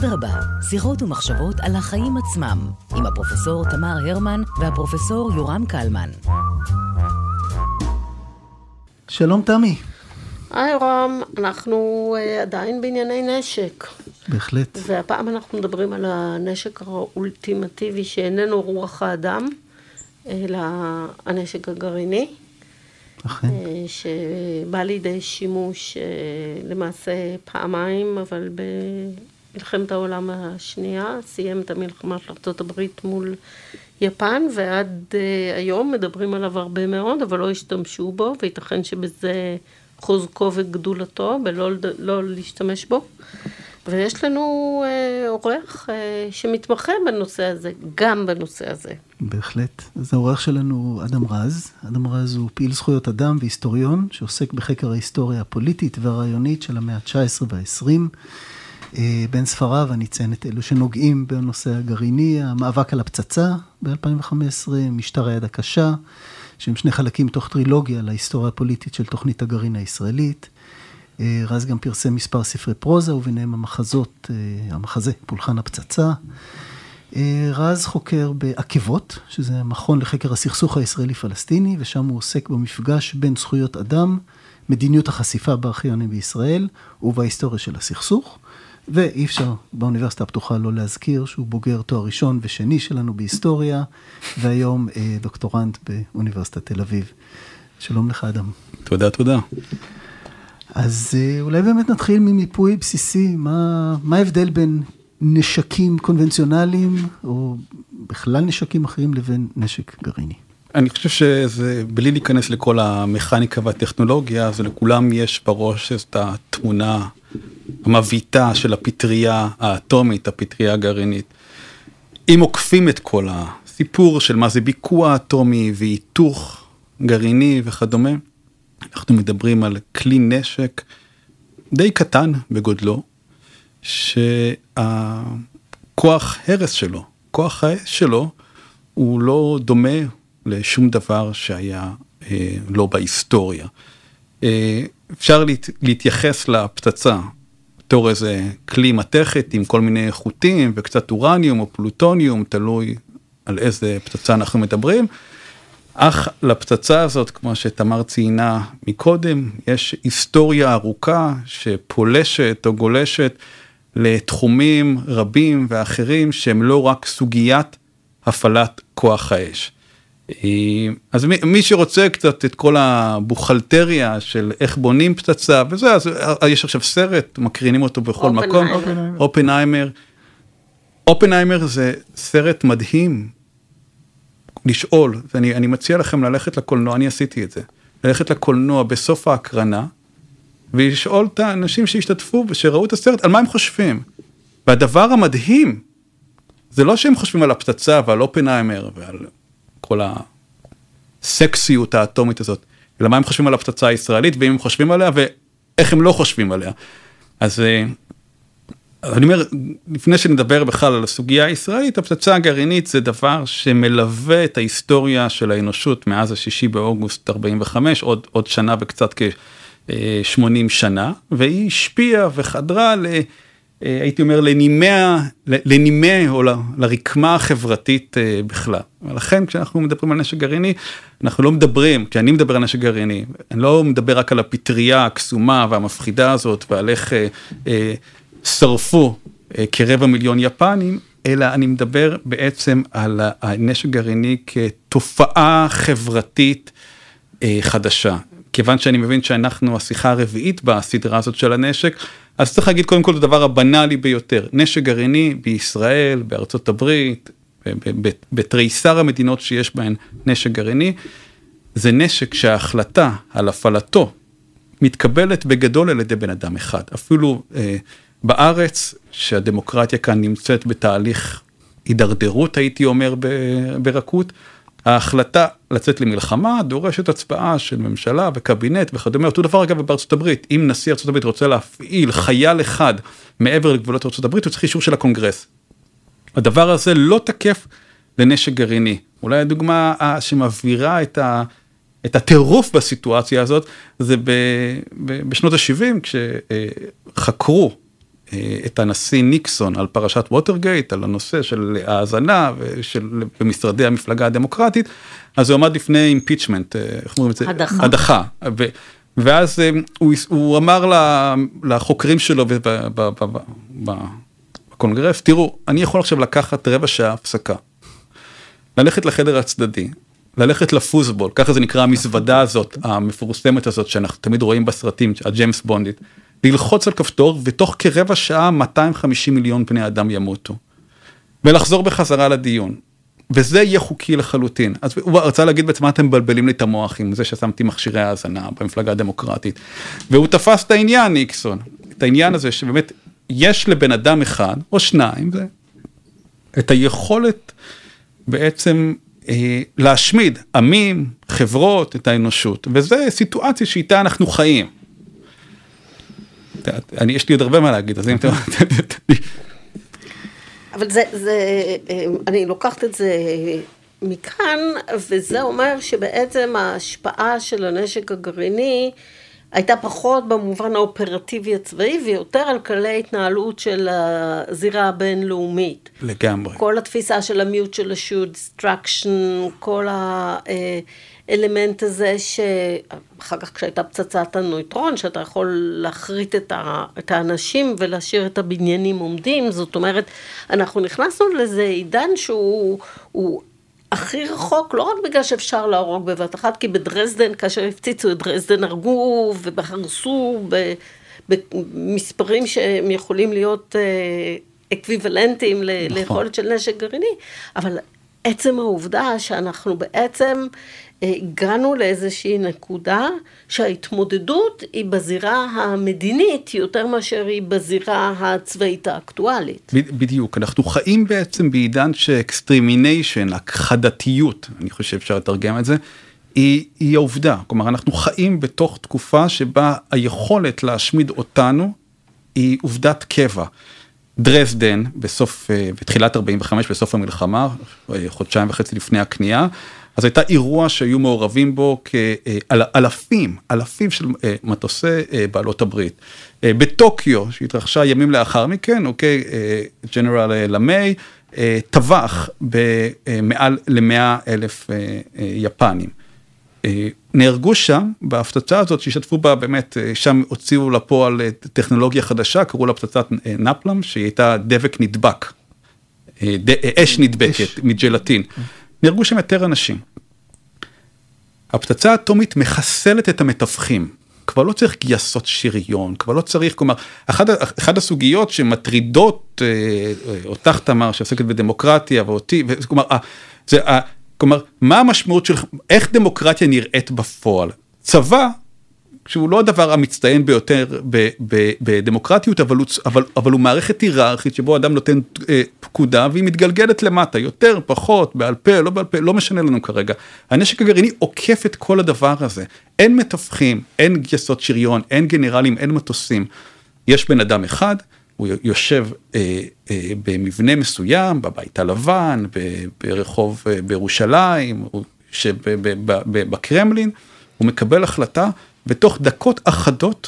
אדרבה, שיחות ומחשבות על החיים עצמם, עם הפרופסור תמר הרמן והפרופסור יורם קלמן. שלום תמי. היי רם, אנחנו עדיין בענייני נשק. בהחלט. והפעם אנחנו מדברים על הנשק האולטימטיבי שאיננו רוח האדם, אלא הנשק הגרעיני. אכן. שבא לידי שימוש למעשה פעמיים, אבל במלחמת העולם השנייה, סיים את המלחמה של ארצות הברית מול יפן, ועד היום מדברים עליו הרבה מאוד, אבל לא השתמשו בו, וייתכן שבזה חוזקו וגדולתו, ולא להשתמש בו. ויש לנו אורח שמתמחה בנושא הזה, גם בנושא הזה. בהחלט. אז האורח שלנו אדם רז. אדם רז הוא פעיל זכויות אדם והיסטוריון, שעוסק בחקר ההיסטוריה הפוליטית והרעיונית של המאה ה-19 וה-20. בין ספריו אני אציין את אלו שנוגעים בנושא הגרעיני, המאבק על הפצצה ב-2015, משטר היד הקשה, שהם שני חלקים תוך טרילוגיה להיסטוריה הפוליטית של תוכנית הגרעין הישראלית. רז גם פרסם מספר ספרי פרוזה, וביניהם המחזה פולחן הפצצה. רז חוקר בעקבות, שזה מכון לחקר הסכסוך הישראלי-פלסטיני, ושם הוא עוסק במפגש בין זכויות אדם, מדיניות החשיפה בארכיונים בישראל, ובהיסטוריה של הסכסוך. ואי אפשר באוניברסיטה הפתוחה לא להזכיר שהוא בוגר תואר ראשון ושני שלנו בהיסטוריה, והיום דוקטורנט באוניברסיטת תל אביב. שלום לך אדם. תודה, תודה. אז אולי באמת נתחיל ממיפוי בסיסי, מה ההבדל בין נשקים קונבנציונליים, או בכלל נשקים אחרים, לבין נשק גרעיני? אני חושב שזה, בלי להיכנס לכל המכניקה והטכנולוגיה, אז לכולם יש בראש את התמונה המביטה של הפטריה האטומית, הפטריה הגרעינית. אם עוקפים את כל הסיפור של מה זה ביקוע אטומי והיתוך גרעיני וכדומה, אנחנו מדברים על כלי נשק די קטן בגודלו, שהכוח הרס שלו, כוח האש שלו, הוא לא דומה לשום דבר שהיה לא בהיסטוריה. אפשר להתייחס לפצצה בתור איזה כלי מתכת עם כל מיני איכותים וקצת אורניום או פלוטוניום, תלוי על איזה פצצה אנחנו מדברים, אך לפצצה הזאת, כמו שתמר ציינה מקודם, יש היסטוריה ארוכה שפולשת או גולשת לתחומים רבים ואחרים שהם לא רק סוגיית הפעלת כוח האש. אז מי שרוצה קצת את כל הבוכלטריה של איך בונים פצצה וזה, אז יש עכשיו סרט, מקרינים אותו בכל מקום. אופנהיימר זה סרט מדהים לשאול, ואני מציע לכם ללכת לקולנוע, אני עשיתי את זה, ללכת לקולנוע בסוף ההקרנה, ולשאול את האנשים שהשתתפו ושראו את הסרט, על מה הם חושבים. והדבר המדהים, זה לא שהם חושבים על הפצצה ועל אופנהיימר ועל כל הסקסיות האטומית הזאת, אלא מה הם חושבים על הפצצה הישראלית, ואם הם חושבים עליה, ואיך הם לא חושבים עליה. אז אני אומר, לפני שנדבר בכלל על הסוגיה הישראלית, הפצצה הגרעינית זה דבר שמלווה את ההיסטוריה של האנושות מאז ה-6 באוגוסט 45, עוד שנה וקצת כ-80 שנה, והיא השפיעה וחדרה הייתי אומר, לנימה או לרקמה החברתית בכלל. ולכן, כשאנחנו מדברים על נשק גרעיני, אנחנו לא מדברים, כשאני מדבר על נשק גרעיני, אני לא מדבר רק על הפטריה הקסומה והמפחידה הזאת, ועל איך שרפו כ250,000 יפנים, אלא אני מדבר בעצם על הנשק גרעיני כתופעה חברתית חדשה. כיוון שאני מבין שאנחנו השיחה הרביעית בסדרה הזאת של הנשק, אז צריך להגיד קודם כל את הדבר הבנאלי ביותר. נשק גרעיני בישראל, בארצות הברית, בתריסר המדינות שיש בהן נשק גרעיני, זה נשק שההחלטה על הפעלתו מתקבלת בגדול על ידי בן אדם אחד. אפילו בארץ, שהדמוקרטיה כאן נמצאת בתהליך הידרדרות, הייתי אומר ברכות, ההחלטה לצאת למלחמה דורשת הצבעה של ממשלה וקבינט וכדומה. אותו דבר אגב בארצות הברית, אם נשיא ארצות הברית רוצה להפעיל חייל אחד מעבר לגבולות ארצות הברית, הוא צריך אישור של הקונגרס. הדבר הזה לא תקף לנשק גרעיני. אולי הדוגמה שמעבירה את הטירוף בסיטואציה הזאת, זה בשנות ה-70, כשחקרו את הנשיא ניקסון על פרשת ווטרגייט, על הנושא של האזנה במשרדי המפלגה הדמוקרטית, אז הוא עמד לפני אימפיצ'מנט, איך אומרים את זה? הדחה. ואז הוא אמר לחוקרים שלו בקונגרס, תראו, אני יכול עכשיו לקחת רבע שעה הפסקה, ללכת לחדר הצדדי, ללכת לפוסבול, ככה זה נקרא המזוודה הזאת, המפורסמת הזאת, שאנחנו תמיד רואים בסרטים, הג'יימס בונדית, ללחוץ על כפתור, ותוך כרבע שעה 250 מיליון בני אדם ימותו, ולחזור בחזרה לדיון, וזה יהיה חוקי לחלוטין. אז הוא רצה להגיד בעצם, מה אתם מבלבלים לי את המוח עם זה ששמתי מכשירי האזנה במפלגה הדמוקרטית, והוא תפס את העניין, ניקסון, את העניין הזה שבאמת יש לבן אדם אחד, או שניים, את היכולת בעצם להשמיד עמים, חברות, את האנושות, וזה סיטואציה שאיתה אנחנו חיים. יש לי עוד הרבה מה להגיד, אז אם אתם... אבל אני לוקחת את זה מכאן, וזה אומר שבעצם ההשפעה של הנשק הגרעיני הייתה פחות במובן האופרטיבי הצבאי, ויותר על כלי התנהלות של הזירה הבינלאומית. לגמרי. כל התפיסה של ה-mutual assured destruction, כל האלמנט הזה שאחר כך כשהייתה פצצת הנויטרון, שאתה יכול להחריט את האנשים ולהשאיר את הבניינים עומדים, זאת אומרת, אנחנו נכנסנו לזה עידן שהוא הכי רחוק, לא רק בגלל שאפשר להרוג בבת אחת, כי בדרזדן, כאשר הפציצו את דרזדן, הרגו ובחרסו במספרים שהם יכולים להיות אקוויוולנטיים ליכולת של נשק גרעיני, אבל עצם העובדה שאנחנו בעצם הגענו לאיזושהי נקודה שההתמודדות היא בזירה המדינית יותר מאשר היא בזירה הצבאית האקטואלית. בדיוק, אנחנו חיים בעצם בעידן שאקסטרימיניישן, הכחדתיות, אני חושב אפשר לתרגם את זה, היא העובדה. כלומר, אנחנו חיים בתוך תקופה שבה היכולת להשמיד אותנו היא עובדת קבע. דרזדן, בתחילת 45, בסוף המלחמה, חודשיים וחצי לפני הקנייה, אז הייתה אירוע שהיו מעורבים בו אלפים של מטוסי בעלות הברית. בטוקיו, שהתרחשה ימים לאחר מכן, ג'נרל למי, טבח במעל ל100,000 יפנים. נהרגו שם, בהפצצה הזאת שהשתתפו בה באמת, שם הוציאו לפועל טכנולוגיה חדשה, קראו לה פצצת נפלם, שהיא הייתה דבק נדבק, אש נדבקת מג'לטין. נהרגו שם יותר אנשים. הפצצה האטומית מחסלת את המתווכים, כבר לא צריך גייסות שריון, כבר לא צריך, כלומר, אחד הסוגיות שמטרידות אותך תמר, שעוסקת בדמוקרטיה, ואותי, כלומר, מה המשמעות של, איך דמוקרטיה נראית בפועל? צבא, שהוא לא הדבר המצטיין ביותר בדמוקרטיות, אבל הוא מערכת היררכית, שבו אדם נותן פקודה, והיא מתגלגלת למטה, יותר, פחות, בעל פה, לא בעל פה, לא משנה לנו כרגע. הנשק הגרעיני עוקף את כל הדבר הזה. אין מתווכים, אין גייסות שריון, אין גנרלים, אין מטוסים. יש בן אדם אחד, הוא יושב במבנה מסוים, בבית הלבן, ברחוב בירושלים, בקרמלין, הוא מקבל החלטה, ותוך דקות אחדות,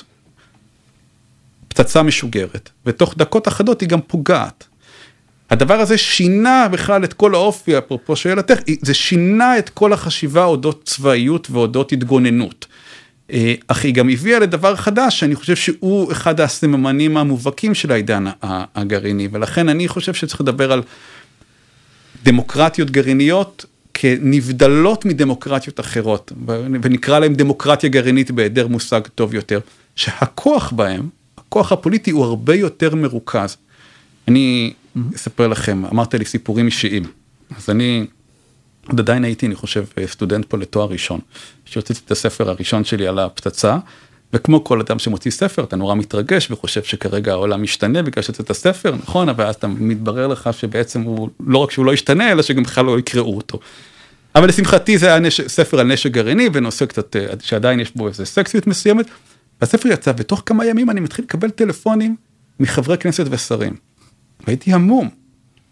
פצצה משוגרת, ותוך דקות אחדות היא גם פוגעת. הדבר הזה שינה בכלל את כל האופי, אפרופו שאלתך, זה שינה את כל החשיבה אודות צבאיות ואודות התגוננות. אך היא גם הביאה לדבר חדש, שאני חושב שהוא אחד הסממנים המובהקים של העידן הגרעיני, ולכן אני חושב שצריך לדבר על דמוקרטיות גרעיניות, כנבדלות מדמוקרטיות אחרות, ונקרא להם דמוקרטיה גרעינית בהיעדר מושג טוב יותר, שהכוח בהם, הכוח הפוליטי הוא הרבה יותר מרוכז. אני אספר לכם, אמרת לי סיפורים אישיים, אז אני עוד עדיין הייתי, אני חושב, סטודנט פה לתואר ראשון, שהוצאתי את הספר הראשון שלי על הפצצה, וכמו כל אדם שמוציא ספר, אתה נורא מתרגש וחושב שכרגע העולם משתנה בגלל שצאת את הספר, נכון? אבל אז אתה מתברר לך שבעצם הוא, לא רק שהוא לא ישתנה, אלא שגם בכלל לא יקראו אותו. אבל לשמחתי זה היה ספר על נשק גרעיני, ונושא קצת, שעדיין יש בו איזו סקסיות מסוימת, והספר יצא, ותוך כמה ימים אני מתחיל לקבל טלפונים מחברי כנסת ושרים. והייתי המום.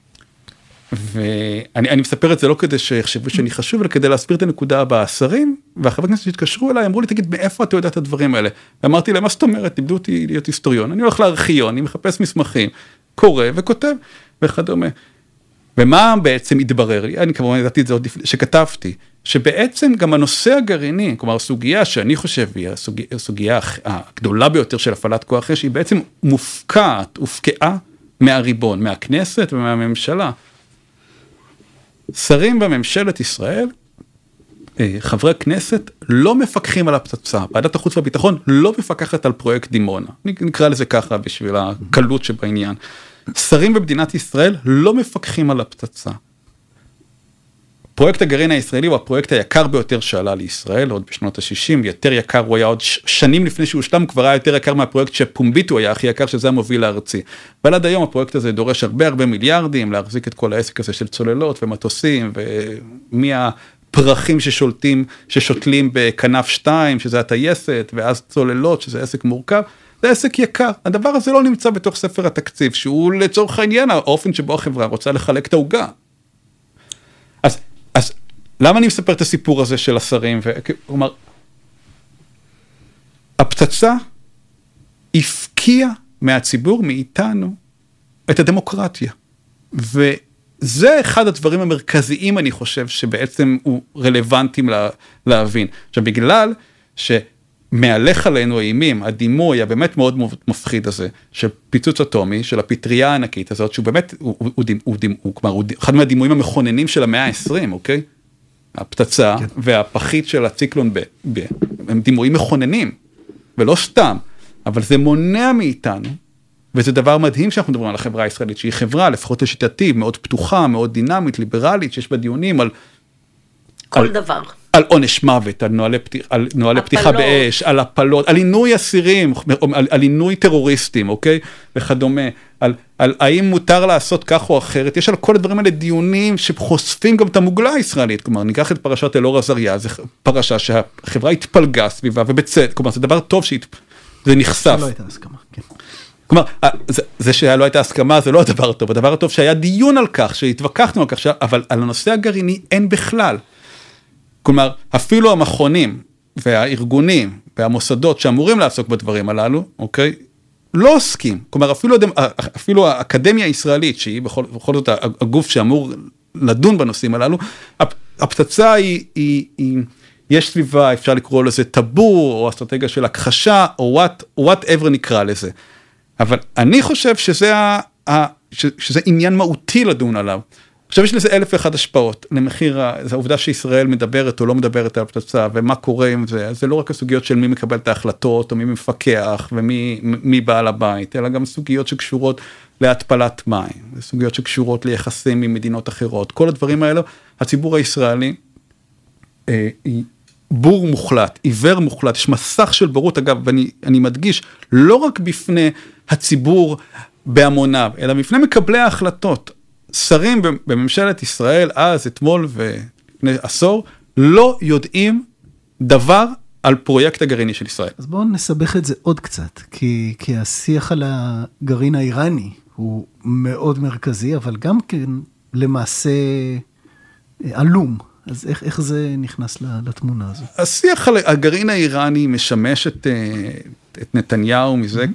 ואני מספר את זה לא כדי שיחשבו שאני חשוב, אלא כדי להסביר את הנקודה הבאה. השרים והחברי כנסת שהתקשרו אליי, אמרו לי, תגיד, מאיפה אתה יודע את הדברים האלה? ואמרתי להם, מה זאת אומרת, לימדו אותי להיות היסטוריון, אני הולך לארכיון, אני מחפש מסמכים, קורא וכותב, וכדומה. ומה בעצם התברר לי? אני כמובן ידעתי את זה עוד שכתבתי, שבעצם גם הנושא הגרעיני, כלומר, הסוגיה שאני חושב, היא הסוגיה הגדולה ביותר של הפעלת כוח אש, היא בעצם הופקעה מהריבון, מהכנסת ומהממשלה. שרים בממשלת ישראל, חברי כנסת, לא מפקחים על הפצצה. ועדת החוץ והביטחון לא מפקחת על פרויקט דימונה. נקרא לזה ככה בשביל הקלות שבעניין. שרים במדינת ישראל לא מפקחים על הפצצה. פרויקט הגרעין הישראלי הוא הפרויקט היקר ביותר שעלה לישראל, עוד בשנות ה-60, יותר יקר, הוא היה עוד שנים לפני שהוא שלם, כבר היה יותר יקר מהפרויקט שפומבית הוא היה הכי יקר, שזה המוביל הארצי. אבל עד היום הפרויקט הזה דורש הרבה מיליארדים, להחזיק את כל העסק הזה של צוללות ומטוסים, ומהפרחים ששותלים בכנף 2, שזה הטייסת, ואז צוללות, שזה עסק מורכב, זה עסק יקר. הדבר הזה לא נמצא בתוך ספר התקציב, שהוא לצורך העניין, האופן שבו החברה רוצה לחלק את העוגה. אז למה אני מספר את הסיפור הזה של השרים? כלומר, הפצצה הפקיעה מהציבור, מאיתנו, את הדמוקרטיה. וזה אחד הדברים המרכזיים, אני חושב, שבעצם הוא רלוונטיים להבין. עכשיו, בגלל שמהלך עלינו האימים, הדימוי הבאמת מאוד מפחיד הזה, של פיצוץ אטומי, של הפטריה הענקית הזאת, שהוא באמת, הוא אחד מהדימויים המכוננים של המאה ה-20, אוקיי? הפצצה והפחית של הציקלון הם דימויים מכוננים, ולא סתם, אבל זה מונע מאיתנו, וזה דבר מדהים שאנחנו מדברים על החברה הישראלית, שהיא חברה, לפחות לשיטתי, מאוד פתוחה, מאוד דינמית, ליברלית, שיש בה דיונים על כל דבר. על עונש מוות, על נוהלי פתיחה באש, על הפלות, על עינוי אסירים, על עינוי טרוריסטים, אוקיי? וכדומה, על האם מותר לעשות כך או אחרת, יש על כל הדברים האלה דיונים שחושפים גם את המוגלה הישראלית, כלומר, ניקח את פרשת אלאור עזריה, זו פרשה שהחברה התפלגה סביבה, ובצדק, כלומר, זה דבר טוב שזה נחשף. לא הייתה הסכמה, כן. כלומר, זה שלא הייתה הסכמה, זה לא הדבר טוב, הדבר הטוב שהיה דיון על כך, שהתווכחנו על כך, אבל על הנושא הגרעיני אין בכלל. כלומר, אפילו המכונים והארגונים והמוסדות שאמורים לעסוק בדברים הללו, אוקיי, לא עוסקים. כלומר, אפילו האקדמיה הישראלית, שהיא בכל זאת הגוף שאמור לדון בנושאים הללו, הפצצה יש סביבה, אפשר לקרוא לזה טאבו, או אסטרטגיה של הכחשה, או whatever נקרא לזה. אבל אני חושב שזה עניין מהותי לדון עליו. עכשיו יש לזה 1,001 השפעות, למחיר, זו העובדה שישראל מדברת או לא מדברת על הפצצה, ומה קורה עם זה, זה לא רק הסוגיות של מי מקבל את ההחלטות, או מי מפקח, ומי בעל הבית, אלא גם סוגיות שקשורות להתפלת מים, סוגיות שקשורות ליחסים עם מדינות אחרות, כל הדברים האלו, הציבור הישראלי, בור מוחלט, עיוור מוחלט, יש מסך של בורות, אגב, ואני מדגיש, לא רק בפני הציבור בהמוניו, אלא בפני מקבלי ההחלטות, שרים בממשלת ישראל, אז, אתמול ולפני עשור, לא יודעים דבר על פרויקט הגרעיני של ישראל. אז בואו נסבך את זה עוד קצת, כי השיח על הגרעין האיראני הוא מאוד מרכזי, אבל גם כן למעשה עלום. אז איך זה נכנס לתמונה הזו? השיח על הגרעין האיראני משמש את נתניהו מזה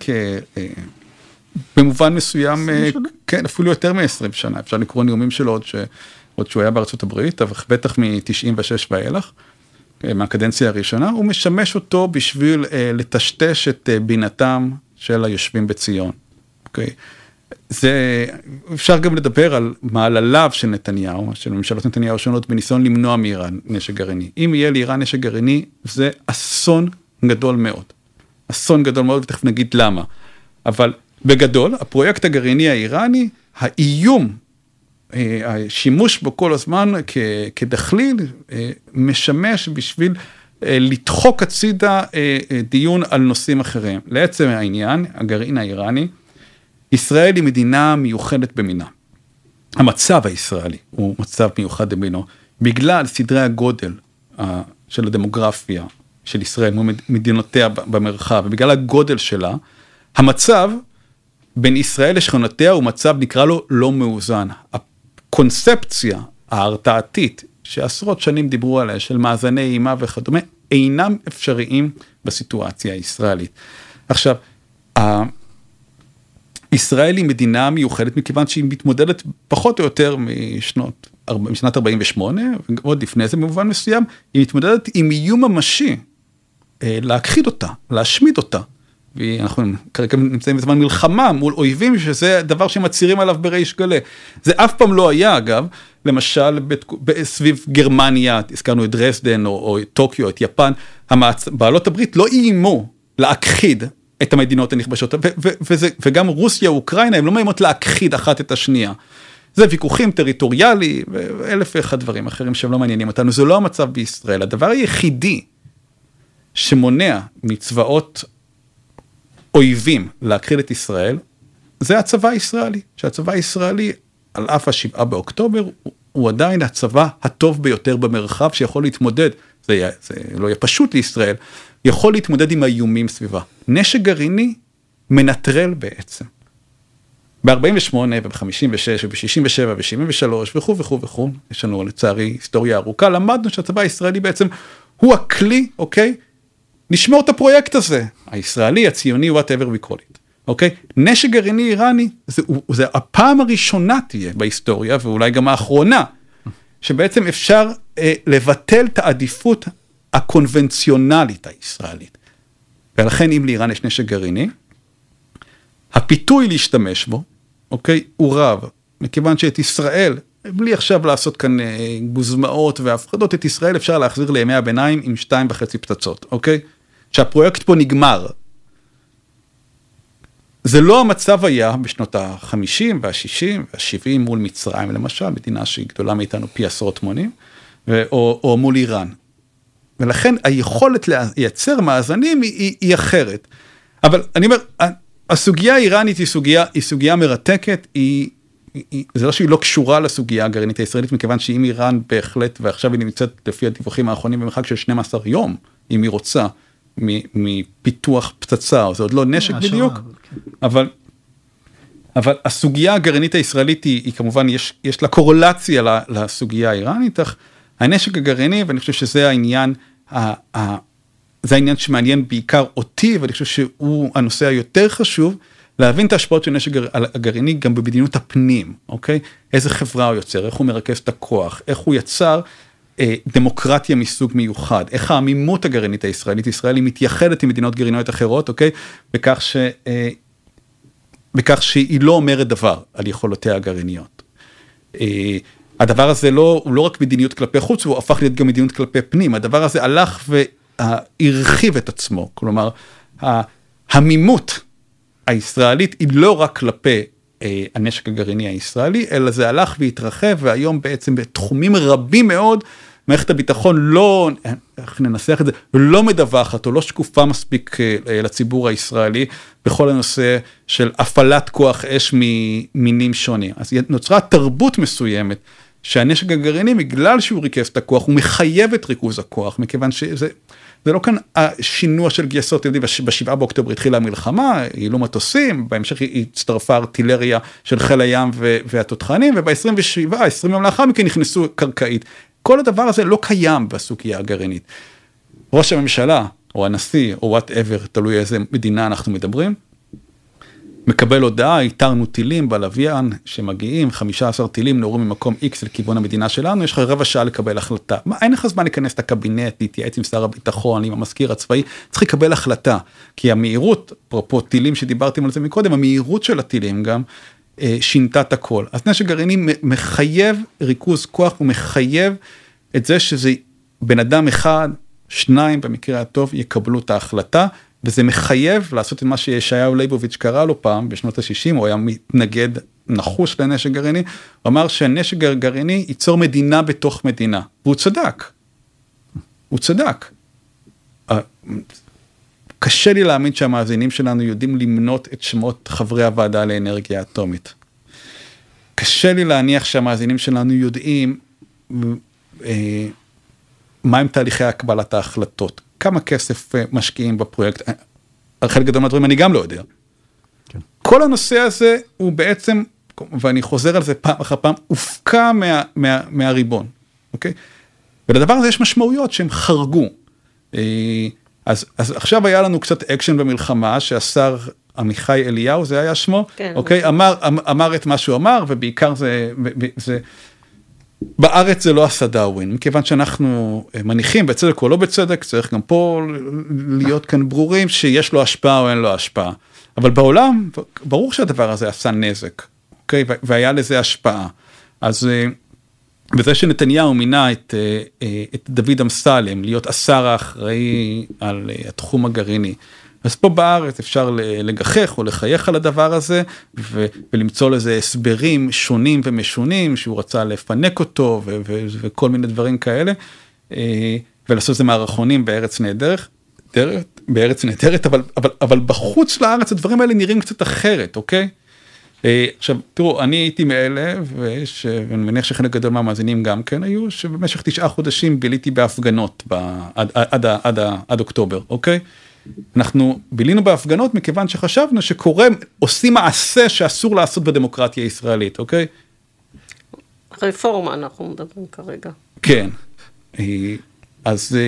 במובן מסוים, כן, אפילו יותר מ-20 שנה, אפשר לקרוא נאומים שלו עוד שהוא היה בארצות הברית, אבל בטח מ-96 ואילך, מהקדנציה הראשונה, הוא משמש אותו בשביל לטשטש את בינתם של היושבים בציון. אוקיי? זה, אפשר גם לדבר על מעלליו של נתניהו, של ממשלות נתניהו שונות, בניסיון למנוע מאיראן נשק גרעיני. אם יהיה לאיראן נשק גרעיני, זה אסון גדול מאוד. אסון גדול מאוד, ותכף נגיד למה. אבל בגדול, הפרויקט הגרעיני האיראני, האיום, השימוש בו כל הזמן כדחליל, משמש בשביל לדחוק הצידה דיון על נושאים אחרים. לעצם העניין, הגרעין האיראני, ישראל היא מדינה מיוחדת במינה. המצב הישראלי הוא מצב מיוחד במינו, בגלל סדרי הגודל של הדמוגרפיה של ישראל, מדינותיה במרחב, ובגלל הגודל שלה, המצב בין ישראל לשכנותיה הוא מצב, נקרא לו, לא מאוזן. הקונספציה ההרתעתית שעשרות שנים דיברו עליה, של מאזני אימה וכדומה, אינם אפשריים בסיטואציה הישראלית. עכשיו, ישראל היא מדינה מיוחדת, מכיוון שהיא מתמודדת פחות או יותר משנת 48, ועוד לפני זה במובן מסוים, היא מתמודדת עם איום ממשי, להכחיד אותה, להשמיד אותה. ואנחנו כרגע נמצאים בזמן מלחמה מול אויבים, שזה דבר שמצהירים עליו בריש גלי. זה אף פעם לא היה, אגב, למשל, סביב גרמניה, הזכרנו את דרסדן או טוקיו, את יפן, בעלות הברית לא איימו להכחיד את המדינות הנכבשות, וגם רוסיה ואוקראינה, הם לא מאיימות להכחיד אחת את השנייה. זה ויכוחים טריטוריאלי, ואלף ואחד דברים אחרים שהם לא מעניינים אותנו. זה לא המצב בישראל. הדבר היחידי שמונע מצבאות אויבים להכחיד את ישראל, זה הצבא הישראלי. שהצבא הישראלי, על אף ה7 באוקטובר, הוא עדיין הצבא הטוב ביותר במרחב, שיכול להתמודד, זה לא יהיה פשוט לישראל, יכול להתמודד עם האיומים סביבה. נשק גרעיני מנטרל בעצם. ב-48 וב-56 וב-67 וב-73 וכו' וכו' וכו', יש לנו לצערי היסטוריה ארוכה, למדנו שהצבא הישראלי בעצם הוא הכלי, אוקיי? נשמור את הפרויקט הזה, הישראלי, הציוני, whatever we call it, אוקיי? נשק גרעיני איראני, זה הפעם הראשונה תהיה בהיסטוריה, ואולי גם האחרונה, שבעצם אפשר לבטל את העדיפות הקונבנציונלית הישראלית. ולכן אם לאיראן יש נשק גרעיני, הפיתוי להשתמש בו, אוקיי, הוא רב, מכיוון שאת ישראל, בלי עכשיו לעשות כאן גוזמאות והפחדות, את ישראל אפשר להחזיר לימי הביניים עם 2.5 פצצות, אוקיי? שהפרויקט פה נגמר. זה לא המצב היה בשנות ה-50 וה-60 וה-70 מול מצרים, למשל, מדינה שהיא גדולה מאיתנו פי עשרות מונים, או מול איראן. ולכן היכולת לייצר מאזנים היא אחרת. אבל אני אומר, הסוגיה האיראנית היא סוגיה מרתקת, זה לא שהיא לא קשורה לסוגיה הגרעינית הישראלית, מכיוון שאם איראן בהחלט, ועכשיו היא נמצאת לפי הדיווחים האחרונים במרחק של 12 יום, אם היא רוצה, מפיתוח פצצה, זה עוד לא נשק בדיוק, אבל הסוגיה הגרעינית הישראלית היא כמובן, יש לה קורולציה לסוגיה האיראנית, אך הנשק הגרעיני, ואני חושב שזה העניין, זה העניין שמעניין בעיקר אותי, ואני חושב שהוא הנושא היותר חשוב, להבין את ההשפעות של נשק הגרעיני גם במדיניות הפנים, אוקיי? איזה חברה הוא יוצר, איך הוא מרכז את הכוח, איך הוא יצר דמוקרטיה מסוג מיוחד, איך העמימות הגרעינית הישראלית, ישראל היא מתייחדת עם מדינות גרעיניות אחרות, אוקיי? בכך שהיא לא אומרת דבר על יכולותיה הגרעיניות. הדבר הזה הוא לא רק מדיניות כלפי חוץ, הוא הפך להיות גם מדיניות כלפי פנים. הדבר הזה הלך והרחיב את עצמו. כלומר, העמימות הישראלית היא לא רק כלפי הנשק הגרעיני הישראלי, אלא זה הלך והתרחב, והיום בעצם בתחומים רבים מאוד, מערכת הביטחון לא, איך ננסח את זה, לא מדווחת או לא שקופה מספיק לציבור הישראלי, בכל הנושא של הפעלת כוח אש ממינים שונים. אז נוצרה תרבות מסוימת, שהנשק הגרעיני, בגלל שהוא ריכז את הכוח, הוא מחייב את ריכוז הכוח, מכיוון שזה לא כאן השינוע של גייסות, ב7 באוקטובר התחילה המלחמה, העלו מטוסים, בהמשך היא הצטרפה ארטילריה של חיל הים והתותחנים, וב-27, 20 יום לאחר מכן נכנסו קרקעית. כל הדבר הזה לא קיים בסוגיה הגרעינית. ראש הממשלה, או הנשיא, או whatever, תלוי איזה מדינה אנחנו מדברים, מקבל הודעה, איתרנו טילים בלוויין שמגיעים, 15 טילים נורו ממקום X לכיוון המדינה שלנו, יש לך רבע שעה לקבל החלטה. אין לך זמן להיכנס את הקבינט, להתייעץ עם שר הביטחון, עם המזכיר הצבאי, צריך לקבל החלטה, כי המהירות, אפרופו טילים שדיברתם על זה מקודם, המהירות של הטילים גם שינתה את הכל. אז נשק גרעיני מחייב ריכוז כוח, הוא מחייב את זה שזה בן אדם אחד, 2 במקרה הטוב יקבלו את ההחלטה, וזה מחייב לעשות את מה שישעיהו ליבוביץ' קרא לו פעם, בשנות ה-60, הוא היה מתנגד נחוש לנשק גרעיני, הוא אמר שהנשק גרעיני ייצור מדינה בתוך מדינה, והוא צדק. הוא צדק. קשה לי להאמין שהמאזינים שלנו יודעים למנות את שמות חברי הוועדה לאנרגיה אטומית. קשה לי להניח שהמאזינים שלנו יודעים מהם תהליכי הקבלת ההחלטות. כמה כסף משקיעים בפרויקט, חלק גדול מהדברים אני גם לא יודע. כן. כל הנושא הזה הוא בעצם, ואני חוזר על זה פעם אחר פעם, הופקע מהריבון, אוקיי? ולדבר הזה יש משמעויות שהם חרגו. אז עכשיו היה לנו קצת אקשן במלחמה, שהשר עמיחי אליהו, זה היה שמו, כן, אוקיי? אמר את מה שהוא אמר, ובעיקר זה בארץ זה לא עשה דאווין, מכיוון שאנחנו מניחים בצדק או לא בצדק, צריך גם פה להיות כאן ברורים, שיש לו השפעה או אין לו השפעה. אבל בעולם, ברור שהדבר הזה עשה נזק, אוקיי? והיה לזה השפעה. אז בזה שנתניהו מינה את דוד אמסלם, להיות השר האחראי על התחום הגרעיני, אז פה בארץ אפשר לגחך או לחייך על הדבר הזה, ולמצוא לזה הסברים שונים ומשונים, שהוא רצה לפנק אותו, וכל מיני דברים כאלה, ולעשות זה מערכונים בארץ נהדרת, אבל בחוץ לארץ הדברים האלה נראים קצת אחרת, אוקיי? עכשיו, תראו, אני הייתי מאלה, ואני מניח שחלק גדול מהמאזינים גם כן היו, שבמשך 9 חודשים ביליתי בהפגנות עד אוקטובר, אוקיי? אנחנו בילינו בהפגנות מכיוון שחשבנו עושים מעשה שאסור לעשות בדמוקרטיה הישראלית, אוקיי? רפורמה אנחנו מדברים כרגע. כן. אז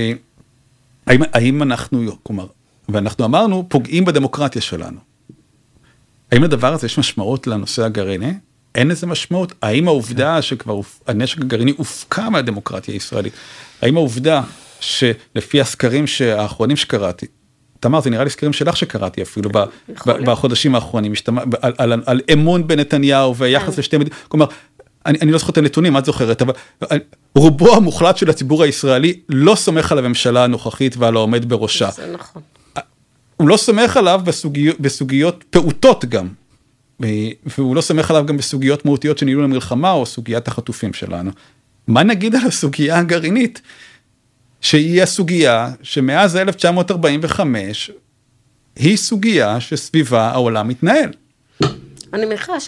האם אנחנו, כלומר, ואנחנו אמרנו, פוגעים בדמוקרטיה שלנו. האם לדבר הזה יש משמעות לנושא הגרעיני? אין איזה משמעות? האם העובדה שכבר הנשק הגרעיני הופקע מהדמוקרטיה הישראלית? האם העובדה שלפי הסקרים האחרונים שקראתי, תמר, זה נראה לי סקרים שלך שקראתי אפילו בחודשים האחרונים, על אמון בנתניהו ויחס לשתי מדינות, כלומר, אני לא זוכר את הנתונים, את זוכרת, אבל רובו המוחלט של הציבור הישראלי לא סומך על הממשלה הנוכחית ועל העומד בראשה. זה נכון. הוא לא סומך עליו בסוגיות פעוטות גם, והוא לא סומך עליו גם בסוגיות מהותיות שניהלו למלחמה, או סוגיית החטופים שלנו. מה נגיד על הסוגיה הגרעינית? שהיא הסוגיה שמאז 1945, היא סוגיה שסביבה העולם מתנהל. אני מניחה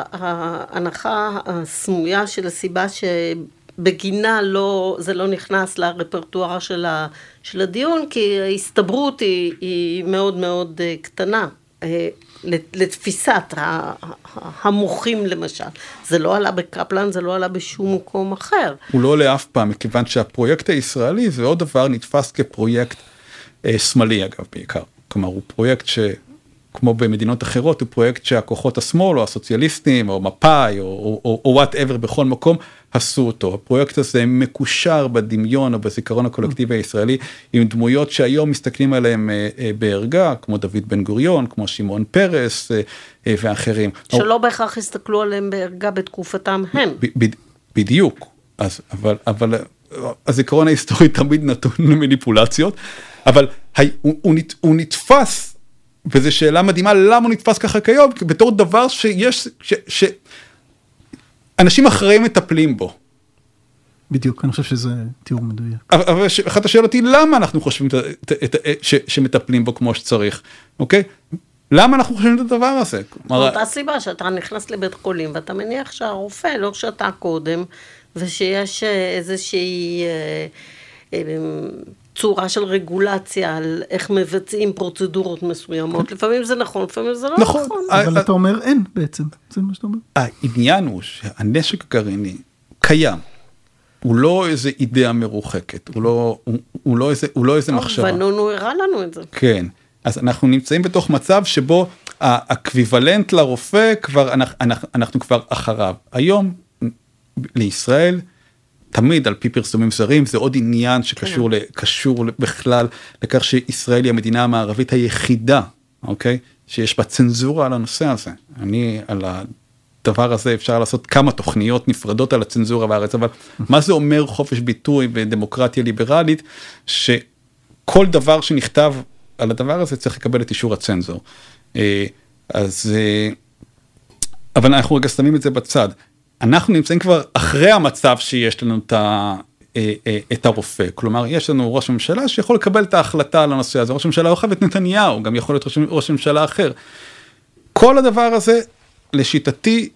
שההנחה הסמויה של הסיבה שבגינה זה לא נכנס לרפרטואר של הדיון, כי ההסתברות היא מאוד מאוד קטנה, לתפיסת המוחים למשל. זה לא עלה בקפלן, זה לא עלה בשום מקום אחר. הוא לא עולה אף פעם, מכיוון שהפרויקט הישראלי, זה עוד דבר נתפס כפרויקט שמאלי אגב בעיקר. כלומר, הוא פרויקט כמו במדינות אחרות, הוא פרויקט שהכוחות השמאל, או הסוציאליסטים, או מפאי, או whatever, בכל מקום, עשו אותו. הפרויקט הזה מקושר בדמיון, או בזיכרון הקולקטיבי הישראלי, עם דמויות שהיום מסתכלים עליהם בערגה, כמו דוד בן גוריון, כמו שמעון פרס, ואחרים. שלא בהכרח הסתכלו עליהם בערגה בתקופתם הם. בדיוק. אבל הזיכרון ההיסטורי תמיד נתון למניפולציות, אבל הוא נתפס, וזו שאלה מדהימה, למה הוא נתפס ככה כיום? בתור דבר אנשים אחרים מטפלים בו. בדיוק, אני חושב שזה תיאור מדויק. אבל אחת השאלות אותי, למה אנחנו חושבים שמטפלים בו כמו שצריך? אוקיי? למה אנחנו חושבים את הדבר הזה? אותה סיבה שאתה נכנס לבית חולים, ואתה מניח שהרופא לא שאתה קודם, ושיש איזושהי צורה של רגולציה על איך מבצעים פרוצדורות מסוימות. לפעמים זה נכון, לפעמים זה לא נכון. אבל אתה אומר אין בעצם, זה מה שאתה אומר. העניין הוא שהנשק הגרעיני קיים. הוא לא איזה אידאה מרוחקת, הוא לא איזה מחשבה. ונון הוא הראה לנו את זה. כן, אז אנחנו נמצאים בתוך מצב שבו האקוויוולנט לרופא, אנחנו כבר אחריו. היום, לישראל, תמיד על פי פרסומים זרים, זה עוד עניין שקשור בכלל לכך שישראל היא המדינה המערבית היחידה, אוקיי? שיש בה צנזורה על הנושא הזה. על הדבר הזה אפשר לעשות כמה תוכניות נפרדות על הצנזורה בארץ, אבל מה זה אומר חופש ביטוי בדמוקרטיה ליברלית, שכל דבר שנכתב על הדבר הזה צריך לקבל את אישור הצנזור. אבל אנחנו רגע שמים את זה בצד. אנחנו נמצאים כבר אחרי המצב שיש לנו את הרופא. כלומר, יש לנו ראש ממשלה שיכול לקבל את ההחלטה על הנושא הזה. ראש ממשלה לא חייב את נתניהו, גם יכול להיות ראש ממשלה אחר. כל הדבר הזה, לשיטתי,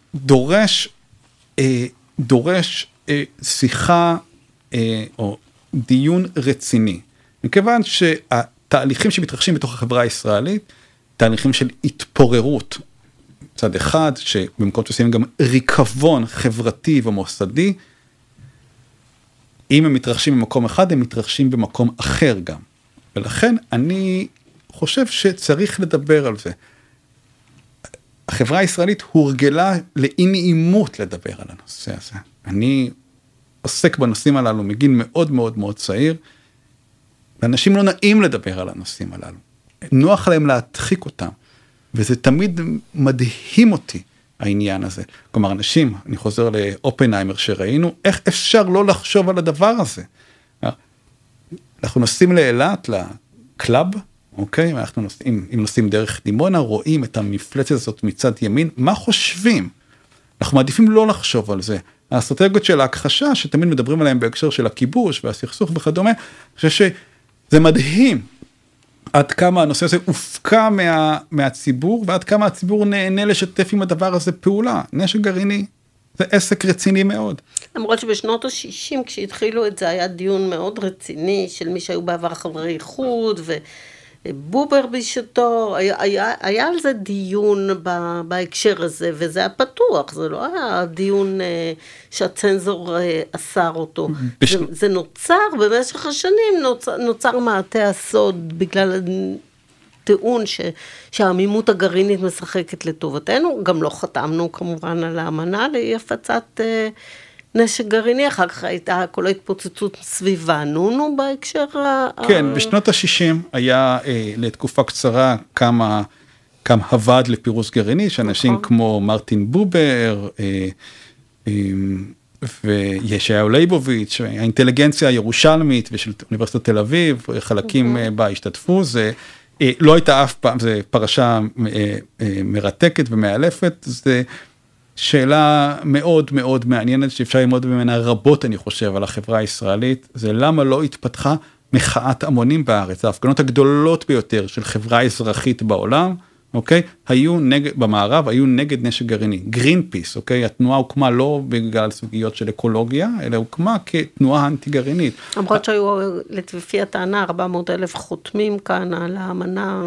דורש שיחה או דיון רציני. מכיוון שהתהליכים שמתרחשים בתוך החברה הישראלית, תהליכים של התפוררות, צד אחד, שבמקום שעושים גם ריקבון חברתי ומוסדי, אם הם מתרחשים במקום אחד, הם מתרחשים במקום אחר גם. ולכן אני חושב שצריך לדבר על זה. החברה הישראלית הורגלה לאי נעימות לדבר על הנושא הזה. אני עוסק בנושאים הללו מגיל מאוד מאוד מאוד צעיר, ואנשים לא נעים לדבר על הנושאים הללו. נוח להם להדחיק אותם, וזה תמיד מדהים אותי, העניין הזה. כלומר, אנשים, אני חוזר לאופנהיימר שראינו, איך אפשר לא לחשוב על הדבר הזה? אנחנו נוסעים לאילת, לקלאב, אוקיי? אם נוסעים דרך דימונה, רואים את המפלצת הזאת מצד ימין, מה חושבים? אנחנו מעדיפים לא לחשוב על זה. האסטרטגיות של ההכחשה, שתמיד מדברים עליהם בהקשר של הכיבוש והסכסוך וכדומה, אני חושב שזה מדהים עד כמה הנושא הזה הופקע מהציבור, ועד כמה הציבור נהנה לשתף עם הדבר הזה פעולה. נשק גרעיני זה עסק רציני מאוד. למרות שבשנות ה-60, כשהתחילו את זה, היה דיון מאוד רציני, של מי שהיו בעבר חברי איחוד, ובובר בשעתו, היה על זה דיון בהקשר הזה, וזה היה פתוח, זה לא היה דיון שהצנזור אסר אותו. זה נוצר במשך השנים, נוצר מעטה הסוד, בגלל טיעון שהעמימות הגרעינית משחקת לטובתנו, גם לא חתמנו כמובן על האמנה לאי הפצת נשק גרעיני, אחר כך הייתה כל ההתפוצצות סביבנו בהקשר כן, בשנות ה-60 היה לתקופה קצרה כמה הוועד לפירוס גרעיני, שאנשים כמו מרטין בובר, וישעיהו ליבוביץ', האינטליגנציה הירושלמית ושל אוניברסיטת תל אביב, חלקים בה השתתפו, זה לא הייתה אף פעם, זו פרשה מרתקת ומאלפת, זה שאלה מאוד מאוד מעניינת, שאפשר ללמוד ממנה רבות, אני חושב, על החברה הישראלית, זה למה לא התפתחה מחאת המונים בארץ, ההפגנות הגדולות ביותר של חברה אזרחית בעולם, אוקיי? היו במערב, היו נגד נשק גרעיני, גרין פיס, אוקיי? התנועה הוקמה לא בגלל סוגיות של אקולוגיה, אלא הוקמה כתנועה אנטי גרעינית. למרות שהיו, לפי הטענה, 400,000 חותמים כאן על האמנה,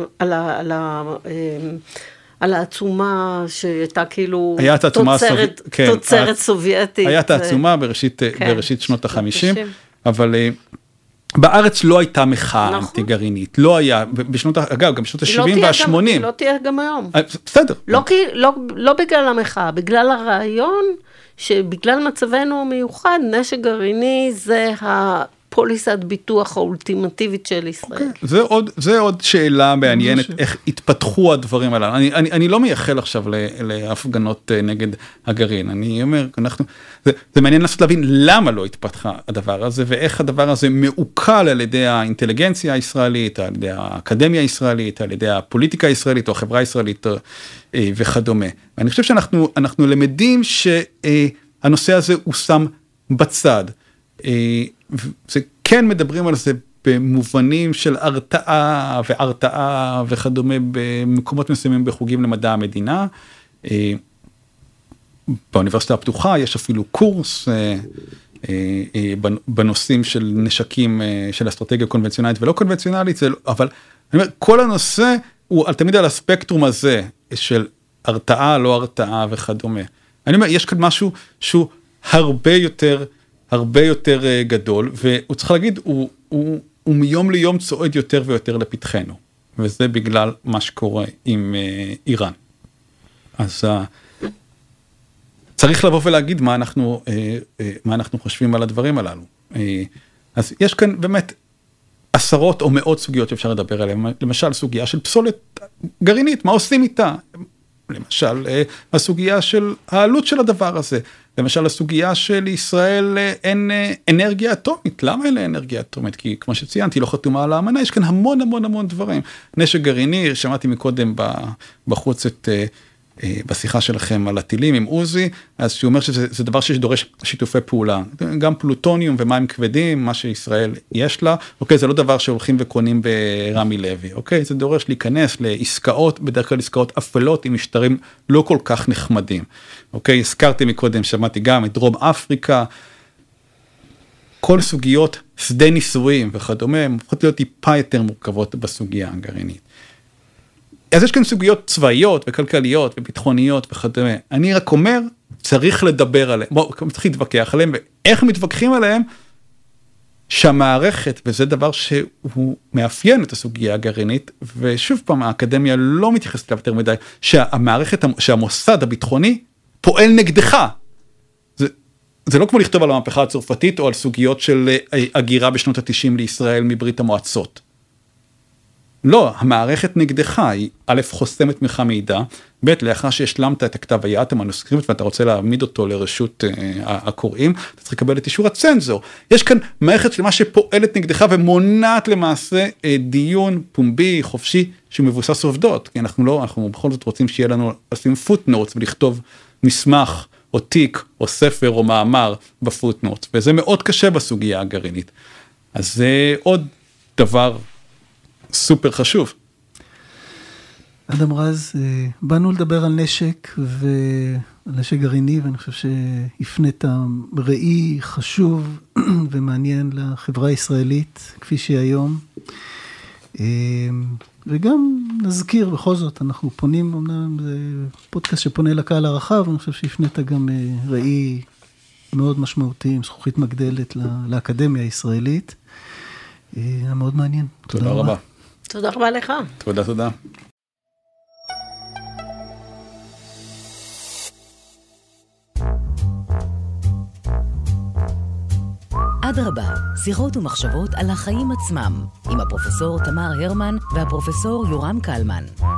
על העצומה שהייתה כאילו תוצרת סובייטית. היה את העצומה בראשית שנות ה-50, אבל בארץ לא הייתה מחאה אנטי גרעינית, לא היה, אגב, גם בשנות ה-70 וה-80. היא לא תהיה גם היום. בסדר. לא בגלל המחאה, בגלל הרעיון שבגלל מצבנו המיוחד, נשק גרעיני זה הפוליסת ביטוח האולטימטיבית של ישראל. זה עוד שאלה מעניינת, איך התפתחו הדברים הללו. אני לא מייחל עכשיו להפגנות נגד הגרעין, אני אומר, זה מעניין לנסות להבין למה לא התפתחה הדבר הזה, ואיך הדבר הזה מעוקל על ידי האינטליגנציה הישראלית, על ידי האקדמיה הישראלית, על ידי הפוליטיקה הישראלית, או החברה הישראלית וכדומה. ואני חושב שאנחנו למדים שהנושא הזה הוא שם בצד. זה כן מדברים על זה במובנים של הרתעה וכדומה במקומות מסוימים בחוגים למדע המדינה. באוניברסיטה הפתוחה יש אפילו קורס בנושאים של נשקים של אסטרטגיה קונבנציונלית ולא קונבנציונלית, אבל אני אומר, כל הנושא הוא תמיד על הספקטרום הזה של הרתעה, לא הרתעה וכדומה. אני אומר, יש כאן משהו שהוא הרבה יותר גדול, והוא צריך להגיד, הוא מיום ליום צועד יותר ויותר לפתחנו, וזה בגלל מה שקורה עם איראן. אז צריך לבוא ולהגיד מה אנחנו חושבים על הדברים הללו. אז יש כאן באמת עשרות או מאות סוגיות שאפשר לדבר עליהן, למשל סוגיה של פסולת גרעינית, מה עושים איתה? למשל הסוגיה של העלות של הדבר הזה, למשל הסוגיה של ישראל אין אנרגיה אטומית, למה אין לה אנרגיה אטומית? כי כמו שציינתי, לא חתומה על האמנה, יש כאן המון דברים. נשק גרעיני, שמעתי מקודם בחוץ בשיחה שלכם על הטילים עם עוזי, אז שהוא אומר שזה דבר שדורש שיתופי פעולה, גם פלוטוניום ומים כבדים, מה שישראל יש לה, אוקיי, זה לא דבר שהולכים וקונים ברמי לוי, אוקיי, זה דורש להיכנס לעסקאות, בדרך כלל עסקאות אפלות עם משטרים לא כל כך נחמדים, אוקיי, הזכרתי מקודם, שמעתי גם את דרום אפריקה, כל סוגיות שדה ניסויים וכדומה, הן הופכות להיות טיפה יותר מורכבות בסוגיה הגרעינית. אז יש כאן סוגיות צבאיות וכלכליות וביטחוניות וכדומה. אני רק אומר, צריך לדבר עליהן. בואו, צריך להתווכח עליהן, ואיך מתווכחים עליהן, שהמערכת, וזה דבר שהוא מאפיין את הסוגיה הגרעינית, ושוב פעם, האקדמיה לא מתייחסת אליו יותר מדי, שהמוסד הביטחוני פועל נגדך. זה לא כמו לכתוב על המהפכה הצרפתית, או על סוגיות של הגירה בשנות ה-90 לישראל מברית המועצות. לא, המערכת נגדך היא א', חוסמת ממך מידע, ב', לאחר שהשלמת את הכתב היד, המנוסקריפט, ואתה רוצה להעמיד אותו לרשות הקוראים, אתה צריך לקבל את אישור הצנזור. יש כאן מערכת שלמה שפועלת נגדך, ומונעת למעשה דיון פומבי, חופשי, שמבוסס עובדות, כי אנחנו בכל זאת רוצים שיהיה לנו לשים פוטנוטס, ולכתוב מסמך, או תיק, או ספר, או מאמר בפוטנוטס, וזה מאוד קשה בסוגיה הגרעינית. אז זה עוד דבר סופר חשוב. אדם רז, באנו לדבר על נשק ועל נשק גרעיני, ואני חושב שהפנית ראי חשוב ומעניין לחברה הישראלית, כפי שהיא היום. וגם נזכיר, בכל זאת, אנחנו פונים, אמנם זה פודקאסט שפונה לקהל הרחב, ואני חושב שהפנית גם ראי מאוד משמעותי, עם זכוכית מגדלת לאקדמיה הישראלית. היה מאוד מעניין. תודה רבה. תודה רבה לך. תודה. אדרבה, שיחות ומחשבות על החיים עצמם, עם הפרופסור תמר הרמן והפרופסור יורם קלמן.